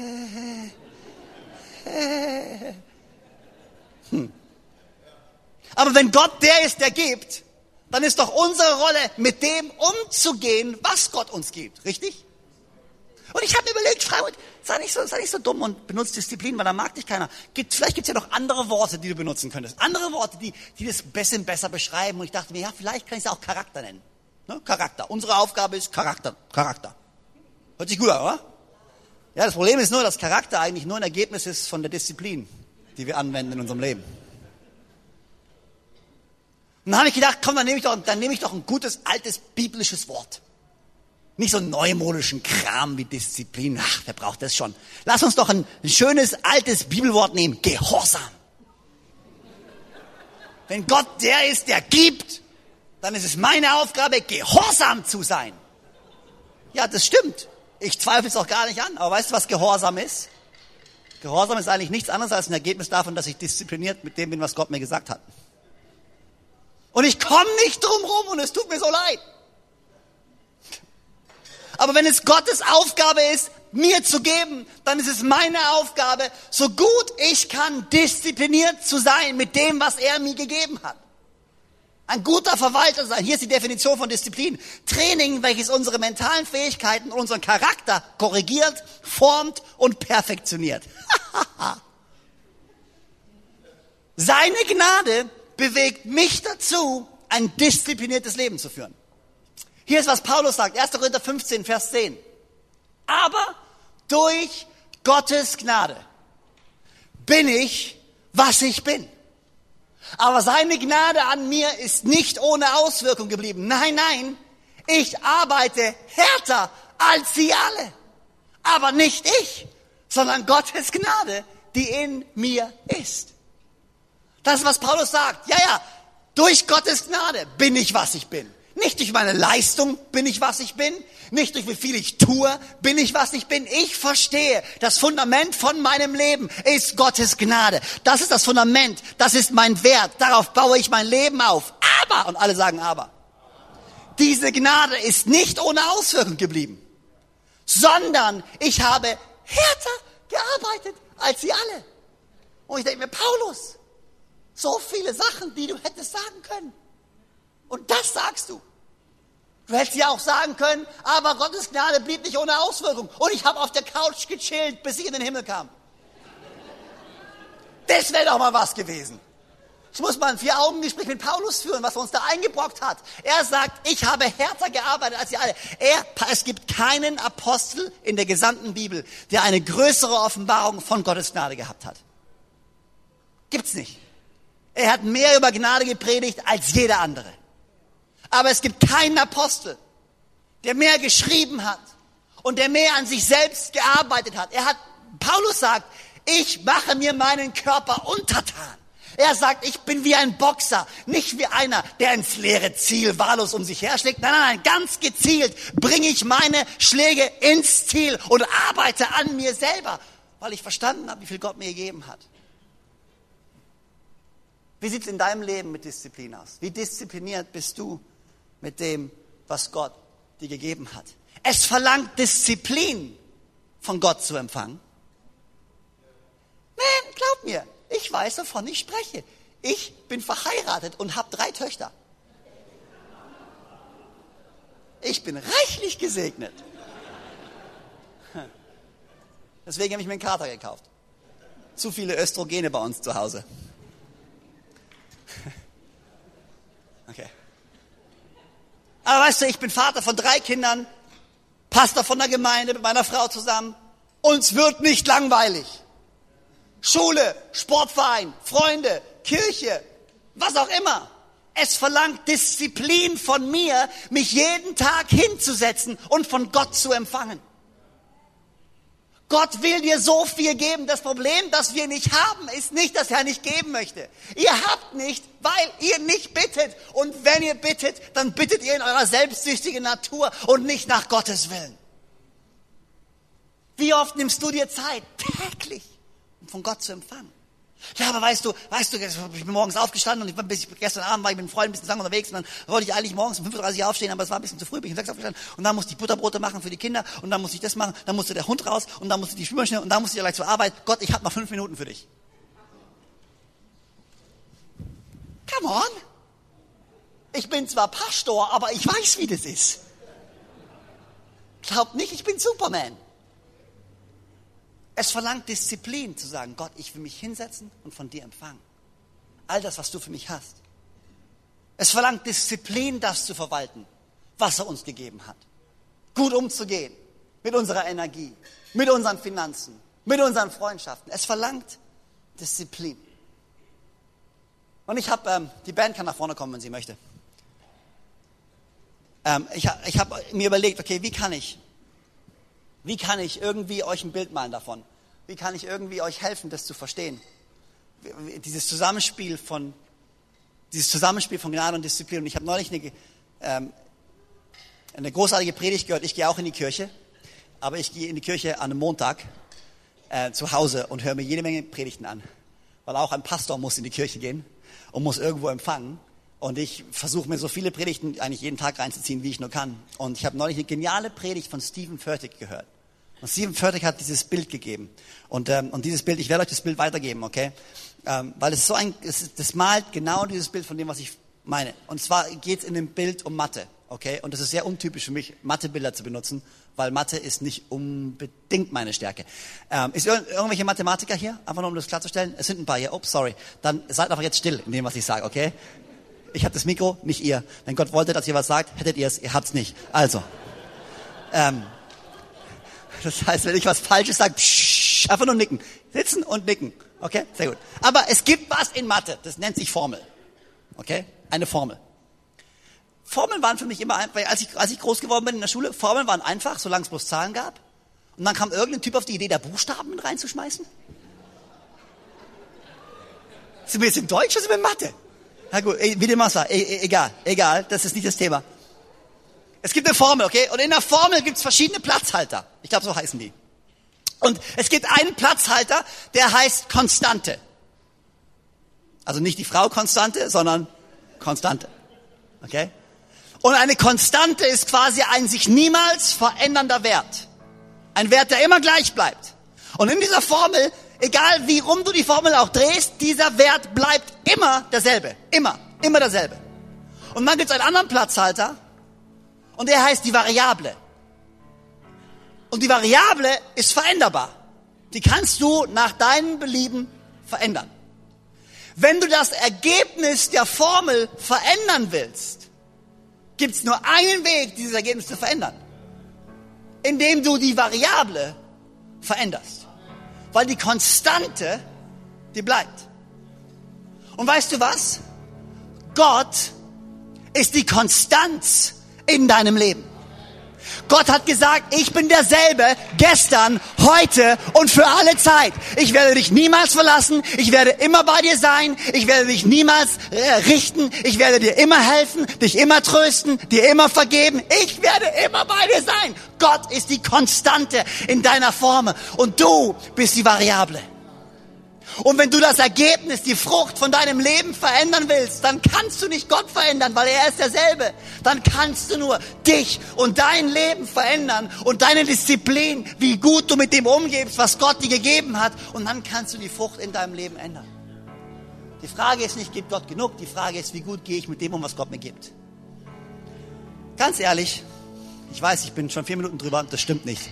yeah. Hm. Aber wenn Gott der ist, der gibt, dann ist doch unsere Rolle, mit dem umzugehen, was Gott uns gibt. Richtig? Und ich habe mir überlegt, Freimut, sei nicht so, sei nicht so dumm und benutzt Disziplin, weil da mag dich keiner. Gibt, vielleicht gibt es ja noch andere Worte, die du benutzen könntest. Andere Worte, die, die das ein bisschen besser beschreiben. Und ich dachte mir, ja, vielleicht kann ich es auch Charakter nennen. Ne? Charakter. Unsere Aufgabe ist Charakter. Charakter. Hört sich gut an, oder? Ja, das Problem ist nur, dass Charakter eigentlich nur ein Ergebnis ist von der Disziplin, die wir anwenden in unserem Leben. Und dann habe ich gedacht, komm, dann nehme ich doch, dann nehme ich doch ein gutes, altes, biblisches Wort. Nicht so einen neumodischen Kram wie Disziplin. Ach, wer braucht das schon? Lass uns doch ein schönes, altes Bibelwort nehmen. Gehorsam. Wenn Gott der ist, der gibt, dann ist es meine Aufgabe, gehorsam zu sein. Ja, das stimmt. Ich zweifle es auch gar nicht an. Aber weißt du, was Gehorsam ist? Gehorsam ist eigentlich nichts anderes als ein Ergebnis davon, dass ich diszipliniert mit dem bin, was Gott mir gesagt hat. Und ich komme nicht drum rum und es tut mir so leid. Aber wenn es Gottes Aufgabe ist, mir zu geben, dann ist es meine Aufgabe, so gut ich kann, diszipliniert zu sein mit dem, was er mir gegeben hat. Ein guter Verwalter sein. Hier ist die Definition von Disziplin. Training, welches unsere mentalen Fähigkeiten und unseren Charakter korrigiert, formt und perfektioniert. Seine Gnade bewegt mich dazu, ein diszipliniertes Leben zu führen. Hier ist, was Paulus sagt. erster Korinther fünfzehn, Vers zehn. Aber durch Gottes Gnade bin ich, was ich bin. Aber seine Gnade an mir ist nicht ohne Auswirkung geblieben. Nein, nein, ich arbeite härter als sie alle. Aber nicht ich, sondern Gottes Gnade, die in mir ist. Das ist, was Paulus sagt. Ja, ja, durch Gottes Gnade bin ich, was ich bin. Nicht durch meine Leistung bin ich, was ich bin. Nicht durch wie viel ich tue, bin ich, was ich bin. Ich verstehe, das Fundament von meinem Leben ist Gottes Gnade. Das ist das Fundament, das ist mein Wert. Darauf baue ich mein Leben auf. Aber, und alle sagen aber, diese Gnade ist nicht ohne Auswirkung geblieben, sondern ich habe härter gearbeitet als sie alle. Und ich denke mir, Paulus, so viele Sachen, die du hättest sagen können. Und das sagst du. Du hättest ja auch sagen können, aber Gottes Gnade blieb nicht ohne Auswirkung. Und ich habe auf der Couch gechillt, bis ich in den Himmel kam. Das wäre doch mal was gewesen. Ich muss mal ein Vier-Augen-Gespräch mit Paulus führen, was er uns da eingebrockt hat. Er sagt, ich habe härter gearbeitet als ihr alle. Er, es gibt keinen Apostel in der gesamten Bibel, der eine größere Offenbarung von Gottes Gnade gehabt hat. Gibt's nicht. Er hat mehr über Gnade gepredigt als jeder andere. Aber es gibt keinen Apostel, der mehr geschrieben hat und der mehr an sich selbst gearbeitet hat. Er hat, Paulus sagt, ich mache mir meinen Körper untertan. Er sagt, ich bin wie ein Boxer, nicht wie einer, der ins leere Ziel wahllos um sich herschlägt. Nein, nein, nein, ganz gezielt bringe ich meine Schläge ins Ziel und arbeite an mir selber, weil ich verstanden habe, wie viel Gott mir gegeben hat. Wie sieht es in deinem Leben mit Disziplin aus? Wie diszipliniert bist du mit dem, was Gott dir gegeben hat? Es verlangt Disziplin, von Gott zu empfangen. Nein, glaub mir, ich weiß, wovon ich spreche. Ich bin verheiratet und habe drei Töchter. Ich bin reichlich gesegnet. Deswegen habe ich mir einen Kater gekauft. Zu viele Östrogene bei uns zu Hause. Okay. Aber weißt du, ich bin Vater von drei Kindern, Pastor von der Gemeinde mit meiner Frau zusammen. Uns wird nicht langweilig. Schule, Sportverein, Freunde, Kirche, was auch immer. Es verlangt Disziplin von mir, mich jeden Tag hinzusetzen und von Gott zu empfangen. Gott will dir so viel geben. Das Problem, das wir nicht haben, ist nicht, dass er nicht geben möchte. Ihr habt nicht, weil ihr nicht bittet. Und wenn ihr bittet, dann bittet ihr in eurer selbstsüchtigen Natur und nicht nach Gottes Willen. Wie oft nimmst du dir Zeit? Täglich, um von Gott zu empfangen. Ja, aber weißt du, weißt du, ich bin morgens aufgestanden und ich war bis gestern Abend war ich mit einem Freund ein bisschen zusammen unterwegs und dann wollte ich eigentlich morgens um fünf Uhr dreißig aufstehen, aber es war ein bisschen zu früh, bin ich um sechs Uhr aufgestanden und dann musste ich Butterbrote machen für die Kinder und dann musste ich das machen, dann musste der Hund raus und dann musste die Spülmaschine und dann musste ich gleich zur Arbeit. Gott, ich habe noch fünf Minuten für dich. Come on. Ich bin zwar Pastor, aber ich weiß, wie das ist. Glaubt nicht, ich bin Superman. Es verlangt Disziplin zu sagen, Gott, ich will mich hinsetzen und von dir empfangen. All das, was du für mich hast. Es verlangt Disziplin, das zu verwalten, was er uns gegeben hat. Gut umzugehen mit unserer Energie, mit unseren Finanzen, mit unseren Freundschaften. Es verlangt Disziplin. Und ich habe, ähm, die Band kann nach vorne kommen, wenn sie möchte. Ähm, ich ich habe mir überlegt, okay, wie kann ich, wie kann ich irgendwie euch ein Bild malen davon? Wie kann ich irgendwie euch helfen, das zu verstehen? Dieses Zusammenspiel von Dieses Zusammenspiel von Gnade und Disziplin. Und ich habe neulich eine, ähm, eine großartige Predigt gehört. Ich gehe auch in die Kirche, aber ich gehe in die Kirche an einem Montag äh, zu Hause und höre mir jede Menge Predigten an. Weil auch ein Pastor muss in die Kirche gehen und muss irgendwo empfangen. Und ich versuche mir so viele Predigten eigentlich jeden Tag reinzuziehen, wie ich nur kann. Und ich habe neulich eine geniale Predigt von Steven Furtick gehört. Und Steven Furtick hat dieses Bild gegeben. Und, ähm, und dieses Bild, ich werde euch das Bild weitergeben, okay? Ähm, weil es so ein, es, das malt genau dieses Bild von dem, was ich meine. Und zwar geht es in dem Bild um Mathe, okay? Und das ist sehr untypisch für mich, Mathebilder zu benutzen, weil Mathe ist nicht unbedingt meine Stärke. Ähm, ist ir- irgendwelche Mathematiker hier? Einfach nur, um das klarzustellen. Es sind ein paar hier. Ups, sorry. Dann seid einfach jetzt still in dem, was ich sage, okay? Ich habe das Mikro, nicht ihr. Wenn Gott wollte, dass ihr was sagt, hättet ihr es. Ihr habt's nicht. Also. Ähm, das heißt, wenn ich was Falsches sage, psch, einfach nur nicken. Sitzen und nicken. Okay? Sehr gut. Aber es gibt was in Mathe. Das nennt sich Formel. Okay? Eine Formel. Formeln waren für mich immer einfach, als ich, als ich groß geworden bin in der Schule, Formeln waren einfach, solange es bloß Zahlen gab. Und dann kam irgendein Typ auf die Idee, da Buchstaben mit reinzuschmeißen. Sind wir jetzt in Deutsch oder sind wir in Mathe? Na gut, wie dem auch sei, egal, egal, das ist nicht das Thema. Es gibt eine Formel, okay? Und in der Formel gibt es verschiedene Platzhalter. Ich glaube, so heißen die. Und es gibt einen Platzhalter, der heißt Konstante. Also nicht die Frau Konstante, sondern Konstante. Okay? Und eine Konstante ist quasi ein sich niemals verändernder Wert. Ein Wert, der immer gleich bleibt. Und in dieser Formel, egal wie rum du die Formel auch drehst, dieser Wert bleibt immer derselbe. Immer, immer derselbe. Und dann gibt es einen anderen Platzhalter und der heißt die Variable. Und die Variable ist veränderbar. Die kannst du nach deinem Belieben verändern. Wenn du das Ergebnis der Formel verändern willst, gibt es nur einen Weg, dieses Ergebnis zu verändern. Indem du die Variable veränderst. Weil die Konstante, die bleibt. Und weißt du was? Gott ist die Konstanz in deinem Leben. Gott hat gesagt, ich bin derselbe gestern, heute und für alle Zeit. Ich werde dich niemals verlassen. Ich werde immer bei dir sein. Ich werde dich niemals äh, richten. Ich werde dir immer helfen, dich immer trösten, dir immer vergeben. Ich werde immer bei dir sein. Gott ist die Konstante in deiner Formel und du bist die Variable. Und wenn du das Ergebnis, die Frucht von deinem Leben verändern willst, dann kannst du nicht Gott verändern, weil er ist derselbe. Dann kannst du nur dich und dein Leben verändern und deine Disziplin, wie gut du mit dem umgehst, was Gott dir gegeben hat. Und dann kannst du die Frucht in deinem Leben ändern. Die Frage ist nicht, gibt Gott genug? Die Frage ist, wie gut gehe ich mit dem um, was Gott mir gibt? Ganz ehrlich, ich weiß, ich bin schon vier Minuten drüber, das stimmt nicht.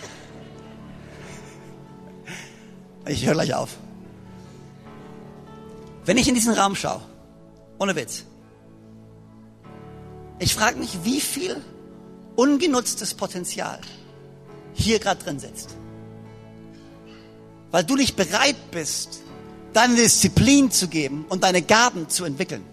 Ich höre gleich auf. Wenn ich in diesen Raum schaue, ohne Witz, ich frage mich, wie viel ungenutztes Potenzial hier gerade drin sitzt. Weil du nicht bereit bist, deine Disziplin zu geben und deine Gaben zu entwickeln.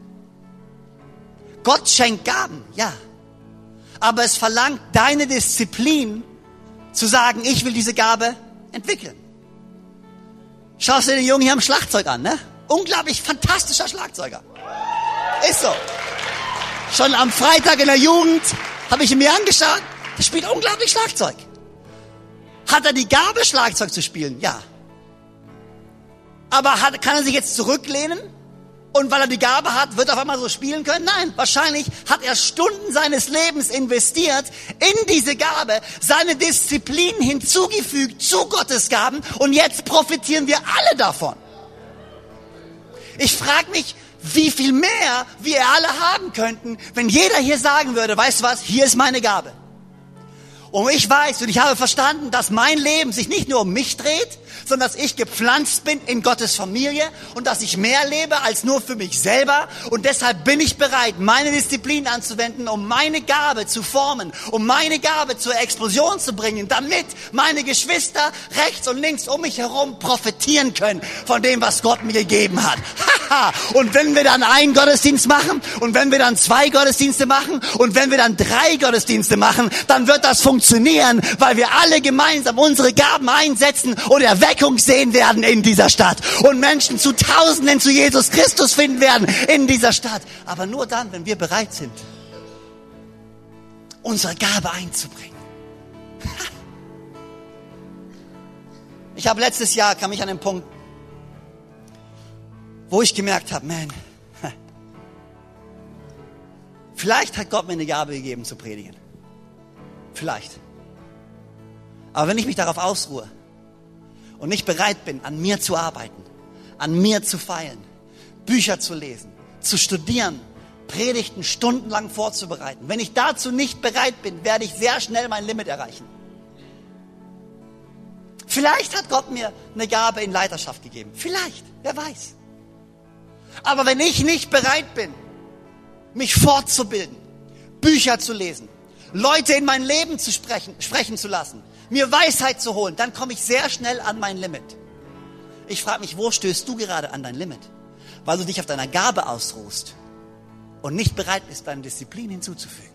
Gott schenkt Gaben, ja. Aber es verlangt deine Disziplin, zu sagen, ich will diese Gabe entwickeln. Schaust du den Jungen hier am Schlagzeug an, ne? Unglaublich fantastischer Schlagzeuger. Ist so. Schon am Freitag in der Jugend habe ich ihn mir angeschaut. Der spielt unglaublich Schlagzeug. Hat er die Gabe, Schlagzeug zu spielen? Ja. Aber hat, kann er sich jetzt zurücklehnen? Und weil er die Gabe hat, wird er auf einmal so spielen können? Nein, wahrscheinlich hat er Stunden seines Lebens investiert in diese Gabe, seine Disziplin hinzugefügt zu Gottes Gaben und jetzt profitieren wir alle davon. Ich frage mich, wie viel mehr wir alle haben könnten, wenn jeder hier sagen würde, weißt du was, hier ist meine Gabe. Und ich weiß und ich habe verstanden, dass mein Leben sich nicht nur um mich dreht, sondern dass ich gepflanzt bin in Gottes Familie und dass ich mehr lebe als nur für mich selber. Und deshalb bin ich bereit, meine Disziplin anzuwenden, um meine Gabe zu formen, um meine Gabe zur Explosion zu bringen, damit meine Geschwister rechts und links um mich herum profitieren können von dem, was Gott mir gegeben hat. Und wenn wir dann einen Gottesdienst machen und wenn wir dann zwei Gottesdienste machen und wenn wir dann drei Gottesdienste machen, dann wird das funktionieren. funktionieren, weil wir alle gemeinsam unsere Gaben einsetzen und Erweckung sehen werden in dieser Stadt. Und Menschen zu Tausenden zu Jesus Christus finden werden in dieser Stadt. Aber nur dann, wenn wir bereit sind, unsere Gabe einzubringen. Ich habe letztes Jahr, kam ich an den Punkt, wo ich gemerkt habe, man, vielleicht hat Gott mir eine Gabe gegeben zu predigen. Vielleicht. Aber wenn ich mich darauf ausruhe und nicht bereit bin, an mir zu arbeiten, an mir zu feilen, Bücher zu lesen, zu studieren, Predigten stundenlang vorzubereiten, wenn ich dazu nicht bereit bin, werde ich sehr schnell mein Limit erreichen. Vielleicht hat Gott mir eine Gabe in Leiterschaft gegeben. Vielleicht, wer weiß. Aber wenn ich nicht bereit bin, mich fortzubilden, Bücher zu lesen, Leute in mein Leben zu sprechen, sprechen zu lassen, mir Weisheit zu holen, dann komme ich sehr schnell an mein Limit. Ich frage mich, wo stößt du gerade an dein Limit? Weil du dich auf deiner Gabe ausruhst und nicht bereit bist, deine Disziplin hinzuzufügen.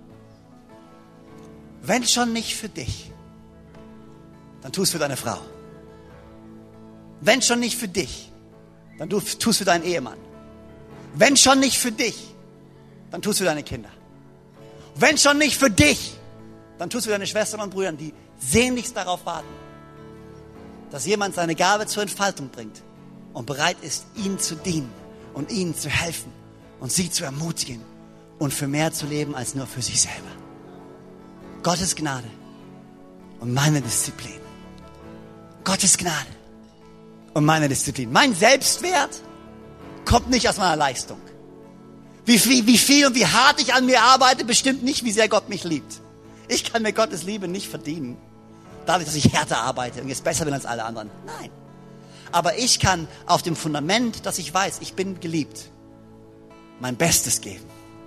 Wenn schon nicht für dich, dann tu es für deine Frau. Wenn schon nicht für dich, dann tu es für deinen Ehemann. Wenn schon nicht für dich, dann tu es für deine Kinder. Wenn schon nicht für dich, dann tu es für deine Schwestern und Brüder, die sehnlichst darauf warten, dass jemand seine Gabe zur Entfaltung bringt und bereit ist, ihnen zu dienen und ihnen zu helfen und sie zu ermutigen und für mehr zu leben als nur für sich selber. Gottes Gnade und meine Disziplin. Gottes Gnade und meine Disziplin. Mein Selbstwert kommt nicht aus meiner Leistung. Wie viel, wie viel und wie hart ich an mir arbeite, bestimmt nicht, wie sehr Gott mich liebt. Ich kann mir Gottes Liebe nicht verdienen, dadurch, dass ich härter arbeite und jetzt besser bin als alle anderen. Nein. Aber ich kann auf dem Fundament, dass ich weiß, ich bin geliebt, mein Bestes geben.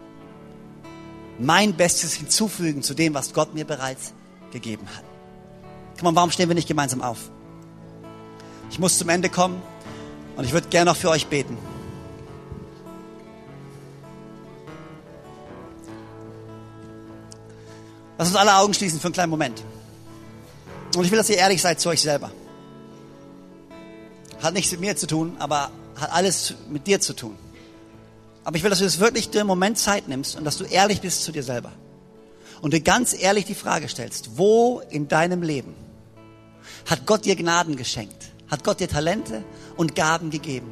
Mein Bestes hinzufügen zu dem, was Gott mir bereits gegeben hat. Komm mal, warum stehen wir nicht gemeinsam auf? Ich muss zum Ende kommen und ich würde gerne noch für euch beten. Lass uns alle Augen schließen für einen kleinen Moment. Und ich will, dass ihr ehrlich seid zu euch selber. Hat nichts mit mir zu tun, aber hat alles mit dir zu tun. Aber ich will, dass du das wirklich dir einen Moment Zeit nimmst und dass du ehrlich bist zu dir selber. Und dir ganz ehrlich die Frage stellst, wo in deinem Leben hat Gott dir Gnaden geschenkt? Hat Gott dir Talente und Gaben gegeben?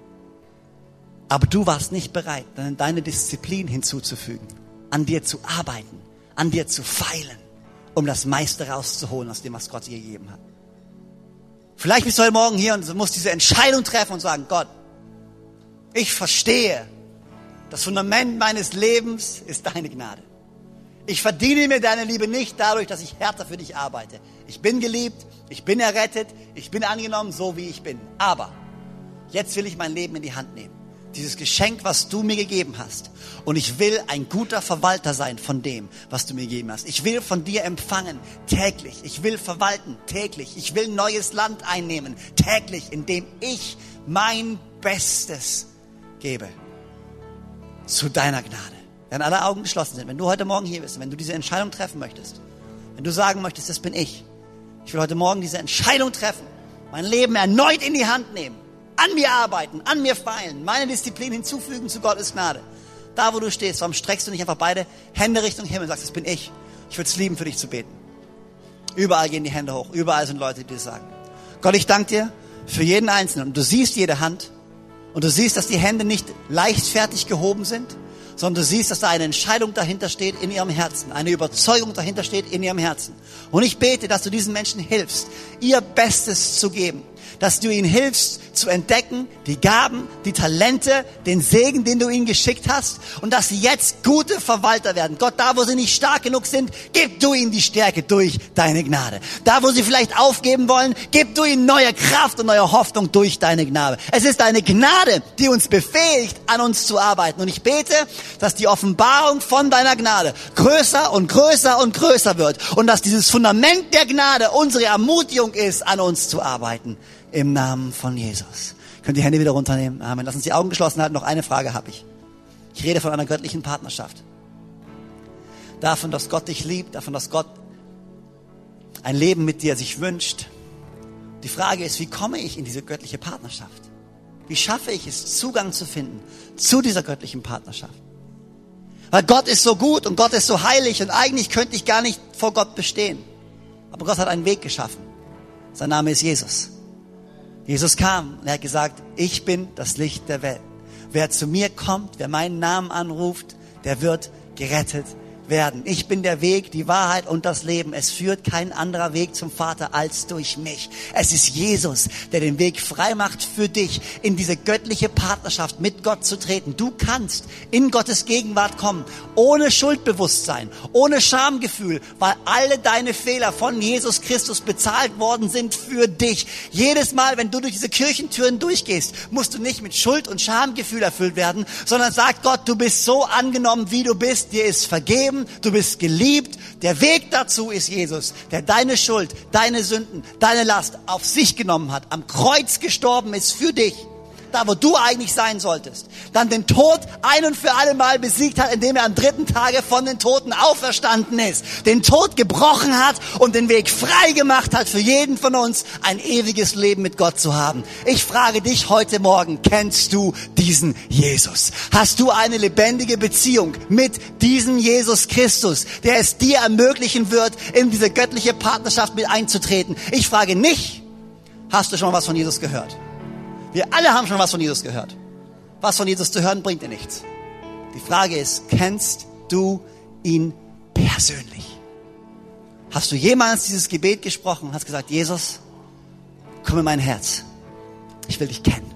Aber du warst nicht bereit, dann deine Disziplin hinzuzufügen, an dir zu arbeiten, an dir zu feilen, um das meiste rauszuholen aus dem, was Gott dir gegeben hat. Vielleicht bist du heute Morgen hier und musst diese Entscheidung treffen und sagen, Gott, ich verstehe, das Fundament meines Lebens ist deine Gnade. Ich verdiene mir deine Liebe nicht dadurch, dass ich härter für dich arbeite. Ich bin geliebt, ich bin errettet, ich bin angenommen, so wie ich bin. Aber jetzt will ich mein Leben in die Hand nehmen. Dieses Geschenk, was du mir gegeben hast. Und ich will ein guter Verwalter sein von dem, was du mir gegeben hast. Ich will von dir empfangen, täglich. Ich will verwalten, täglich. Ich will neues Land einnehmen, täglich, indem ich mein Bestes gebe. Zu deiner Gnade. Wenn alle Augen geschlossen sind, wenn du heute Morgen hier bist, wenn du diese Entscheidung treffen möchtest, wenn du sagen möchtest, das bin ich. Ich will heute Morgen diese Entscheidung treffen, mein Leben erneut in die Hand nehmen. An mir arbeiten, an mir feilen, meine Disziplin hinzufügen zu Gottes Gnade. Da, wo du stehst, warum streckst du nicht einfach beide Hände Richtung Himmel und sagst, das bin ich. Ich würde es lieben, für dich zu beten. Überall gehen die Hände hoch, überall sind Leute, die das sagen. Gott, ich danke dir für jeden Einzelnen. Und du siehst jede Hand und du siehst, dass die Hände nicht leichtfertig gehoben sind, sondern du siehst, dass da eine Entscheidung dahinter steht in ihrem Herzen, eine Überzeugung dahinter steht in ihrem Herzen. Und ich bete, dass du diesen Menschen hilfst, ihr Bestes zu geben. Dass du ihnen hilfst zu entdecken, die Gaben, die Talente, den Segen, den du ihnen geschickt hast und dass sie jetzt gute Verwalter werden. Gott, da wo sie nicht stark genug sind, gib du ihnen die Stärke durch deine Gnade. Da wo sie vielleicht aufgeben wollen, gib du ihnen neue Kraft und neue Hoffnung durch deine Gnade. Es ist deine Gnade, die uns befähigt, an uns zu arbeiten. Und ich bete, dass die Offenbarung von deiner Gnade größer und größer und größer wird und dass dieses Fundament der Gnade unsere Ermutigung ist, an uns zu arbeiten. Im Namen von Jesus. Könnt ihr die Hände wieder runternehmen? Amen. Lass uns die Augen geschlossen halten. Noch eine Frage habe ich. Ich rede von einer göttlichen Partnerschaft. Davon, dass Gott dich liebt, davon, dass Gott ein Leben mit dir sich wünscht. Die Frage ist, wie komme ich in diese göttliche Partnerschaft? Wie schaffe ich es, Zugang zu finden zu dieser göttlichen Partnerschaft? Weil Gott ist so gut und Gott ist so heilig und eigentlich könnte ich gar nicht vor Gott bestehen. Aber Gott hat einen Weg geschaffen. Sein Name ist Jesus. Jesus kam und er hat gesagt, ich bin das Licht der Welt. Wer zu mir kommt, wer meinen Namen anruft, der wird gerettet werden. Ich bin der Weg, die Wahrheit und das Leben. Es führt kein anderer Weg zum Vater als durch mich. Es ist Jesus, der den Weg frei macht für dich, in diese göttliche Partnerschaft mit Gott zu treten. Du kannst in Gottes Gegenwart kommen, ohne Schuldbewusstsein, ohne Schamgefühl, weil alle deine Fehler von Jesus Christus bezahlt worden sind für dich. Jedes Mal, wenn du durch diese Kirchentüren durchgehst, musst du nicht mit Schuld und Schamgefühl erfüllt werden, sondern sagt Gott, du bist so angenommen, wie du bist, dir ist vergeben, du bist geliebt. Der Weg dazu ist Jesus, der deine Schuld, deine Sünden, deine Last auf sich genommen hat, am Kreuz gestorben ist für dich, da wo du eigentlich sein solltest, dann den Tod ein und für alle Mal besiegt hat, indem er am dritten Tage von den Toten auferstanden ist, den Tod gebrochen hat und den Weg frei gemacht hat für jeden von uns, ein ewiges Leben mit Gott zu haben. Ich frage dich heute Morgen, kennst du diesen Jesus? Hast du eine lebendige Beziehung mit diesem Jesus Christus, der es dir ermöglichen wird, in diese göttliche Partnerschaft mit einzutreten? Ich frage nicht, hast du schon mal was von Jesus gehört? Wir alle haben schon was von Jesus gehört. Was von Jesus zu hören, bringt dir nichts. Die Frage ist, kennst du ihn persönlich? Hast du jemals dieses Gebet gesprochen und hast gesagt, Jesus, komm in mein Herz. Ich will dich kennen.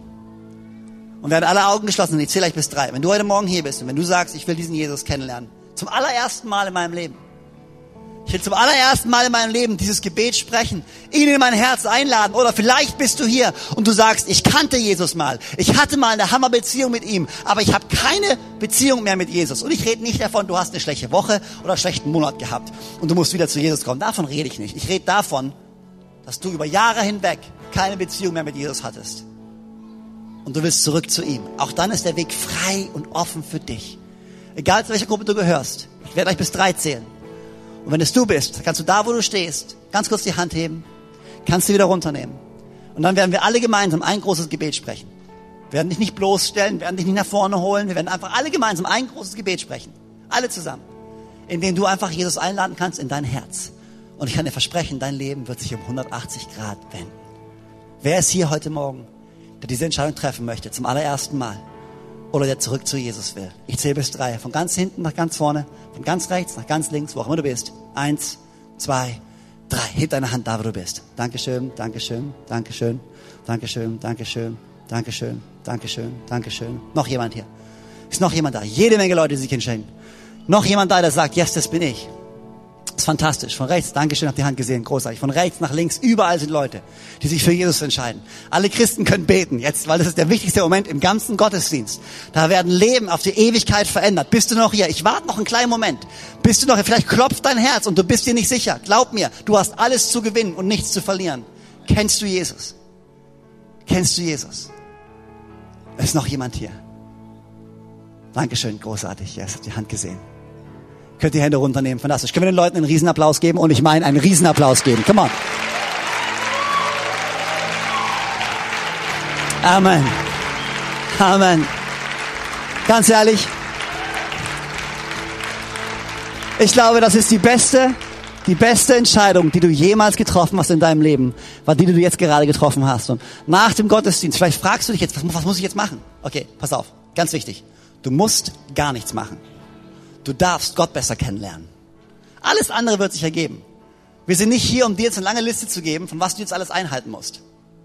Und werden alle Augen geschlossen und ich zähle gleich bis drei. Wenn du heute Morgen hier bist und wenn du sagst, ich will diesen Jesus kennenlernen, zum allerersten Mal in meinem Leben, ich will zum allerersten Mal in meinem Leben dieses Gebet sprechen, ihn in mein Herz einladen. Oder vielleicht bist du hier und du sagst, ich kannte Jesus mal. Ich hatte mal eine Hammerbeziehung mit ihm, aber ich habe keine Beziehung mehr mit Jesus. Und ich rede nicht davon, du hast eine schlechte Woche oder einen schlechten Monat gehabt und du musst wieder zu Jesus kommen. Davon rede ich nicht. Ich rede davon, dass du über Jahre hinweg keine Beziehung mehr mit Jesus hattest. Und du willst zurück zu ihm. Auch dann ist der Weg frei und offen für dich. Egal zu welcher Gruppe du gehörst. Ich werde euch bis drei zählen. Und wenn es du bist, kannst du da, wo du stehst, ganz kurz die Hand heben, kannst du wieder runternehmen. Und dann werden wir alle gemeinsam ein großes Gebet sprechen. Wir werden dich nicht bloßstellen, wir werden dich nicht nach vorne holen, wir werden einfach alle gemeinsam ein großes Gebet sprechen. Alle zusammen. In dem du einfach Jesus einladen kannst in dein Herz. Und ich kann dir versprechen, dein Leben wird sich um hundertachtzig Grad wenden. Wer ist hier heute Morgen, der diese Entscheidung treffen möchte, zum allerersten Mal? Oder der zurück zu Jesus will. Ich zähle bis drei. Von ganz hinten nach ganz vorne. Von ganz rechts nach ganz links, wo auch immer du bist. Eins, zwei, drei. Heb deine Hand da, wo du bist. Dankeschön, Dankeschön, Dankeschön, Dankeschön, Dankeschön, Dankeschön, Dankeschön, Dankeschön. Noch jemand hier? Ist noch jemand da? Jede Menge Leute, die sich entscheiden. Noch jemand da, der sagt, yes, das bin ich. Das ist fantastisch. Von rechts, Dankeschön, habt die Hand gesehen, großartig. Von rechts nach links, überall sind Leute, die sich für Jesus entscheiden. Alle Christen können beten jetzt, weil das ist der wichtigste Moment im ganzen Gottesdienst. Da werden Leben auf die Ewigkeit verändert. Bist du noch hier? Ich warte noch einen kleinen Moment. Bist du noch hier? Vielleicht klopft dein Herz und du bist dir nicht sicher. Glaub mir, du hast alles zu gewinnen und nichts zu verlieren. Kennst du Jesus? Kennst du Jesus? Ist noch jemand hier? Dankeschön, großartig. Ja, yes, habt die Hand gesehen. Könnt ihr die Hände runternehmen, fantastisch. Können wir den Leuten einen Riesenapplaus geben? Und ich meine, einen Riesenapplaus geben. Come on. Amen. Amen. Ganz ehrlich, ich glaube, das ist die beste, die beste Entscheidung, die du jemals getroffen hast in deinem Leben, war die, die du jetzt gerade getroffen hast. Und nach dem Gottesdienst, vielleicht fragst du dich jetzt, was, was muss ich jetzt machen? Okay, pass auf, ganz wichtig. Du musst gar nichts machen. Du darfst Gott besser kennenlernen. Alles andere wird sich ergeben. Wir sind nicht hier, um dir jetzt eine lange Liste zu geben, von was du jetzt alles einhalten musst.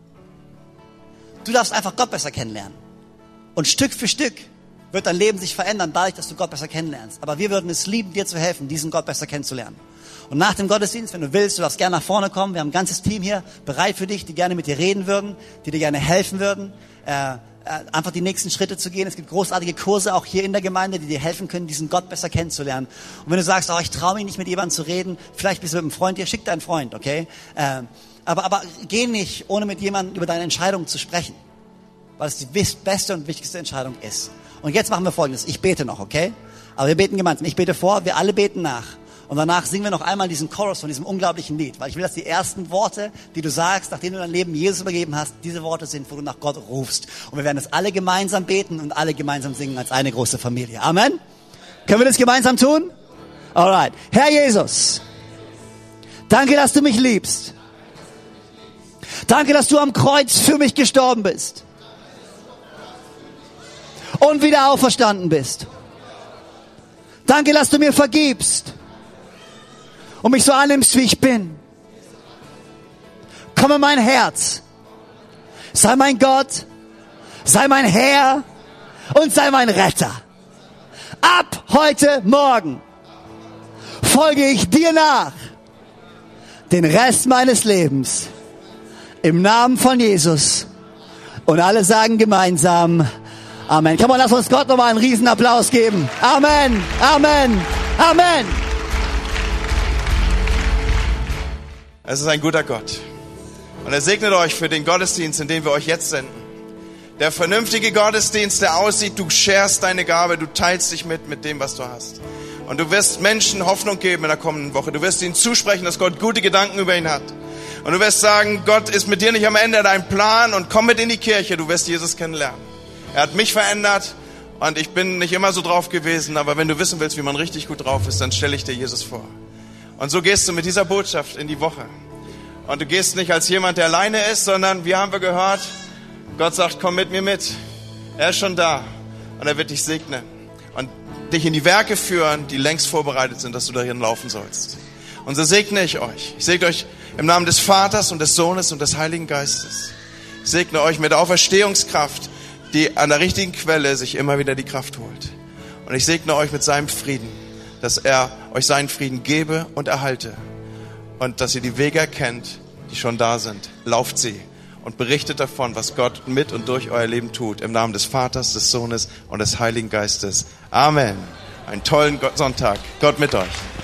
Du darfst einfach Gott besser kennenlernen. Und Stück für Stück wird dein Leben sich verändern, dadurch, dass du Gott besser kennenlernst. Aber wir würden es lieben, dir zu helfen, diesen Gott besser kennenzulernen. Und nach dem Gottesdienst, wenn du willst, du darfst gerne nach vorne kommen. Wir haben ein ganzes Team hier bereit für dich, die gerne mit dir reden würden, die dir gerne helfen würden. Äh, einfach die nächsten Schritte zu gehen. Es gibt großartige Kurse auch hier in der Gemeinde, die dir helfen können, diesen Gott besser kennenzulernen. Und wenn du sagst, oh, ich traue mich nicht mit jemandem zu reden, vielleicht bist du mit einem Freund hier, schick deinen Freund, okay? Ähm, aber, aber geh nicht, ohne mit jemandem über deine Entscheidung zu sprechen, weil es die beste und wichtigste Entscheidung ist. Und jetzt machen wir Folgendes. Ich bete noch, okay? Aber wir beten gemeinsam. Ich bete vor, wir alle beten nach. Und danach singen wir noch einmal diesen Chorus von diesem unglaublichen Lied, weil ich will, dass die ersten Worte, die du sagst, nachdem du dein Leben Jesus übergeben hast, diese Worte sind, wo du nach Gott rufst. Und wir werden das alle gemeinsam beten und alle gemeinsam singen als eine große Familie. Amen. Können wir das gemeinsam tun? Alright. Herr Jesus, danke, dass du mich liebst. Danke, dass du am Kreuz für mich gestorben bist. Und wieder auferstanden bist. Danke, dass du mir vergibst. Und mich so annimmst, wie ich bin. Komm in mein Herz. Sei mein Gott. Sei mein Herr. Und sei mein Retter. Ab heute Morgen folge ich dir nach. Den Rest meines Lebens. Im Namen von Jesus. Und alle sagen gemeinsam Amen. Komm mal, lass uns Gott nochmal einen riesen Applaus geben. Amen. Amen. Amen. Es ist ein guter Gott. Und er segnet euch für den Gottesdienst, in den wir euch jetzt senden. Der vernünftige Gottesdienst, der aussieht, du sharest deine Gabe, du teilst dich mit, mit dem, was du hast. Und du wirst Menschen Hoffnung geben in der kommenden Woche. Du wirst ihnen zusprechen, dass Gott gute Gedanken über ihn hat. Und du wirst sagen, Gott ist mit dir nicht am Ende dein Plan und komm mit in die Kirche, du wirst Jesus kennenlernen. Er hat mich verändert und ich bin nicht immer so drauf gewesen, aber wenn du wissen willst, wie man richtig gut drauf ist, dann stelle ich dir Jesus vor. Und so gehst du mit dieser Botschaft in die Woche. Und du gehst nicht als jemand, der alleine ist, sondern, wie haben wir gehört, Gott sagt, komm mit mir mit. Er ist schon da und er wird dich segnen und dich in die Werke führen, die längst vorbereitet sind, dass du darin laufen sollst. Und so segne ich euch. Ich segne euch im Namen des Vaters und des Sohnes und des Heiligen Geistes. Ich segne euch mit der Auferstehungskraft, die an der richtigen Quelle sich immer wieder die Kraft holt. Und ich segne euch mit seinem Frieden, dass er euch seinen Frieden gebe und erhalte. Und dass ihr die Wege erkennt, die schon da sind. Lauft sie und berichtet davon, was Gott mit und durch euer Leben tut. Im Namen des Vaters, des Sohnes und des Heiligen Geistes. Amen. Einen tollen Sonntag. Gott mit euch.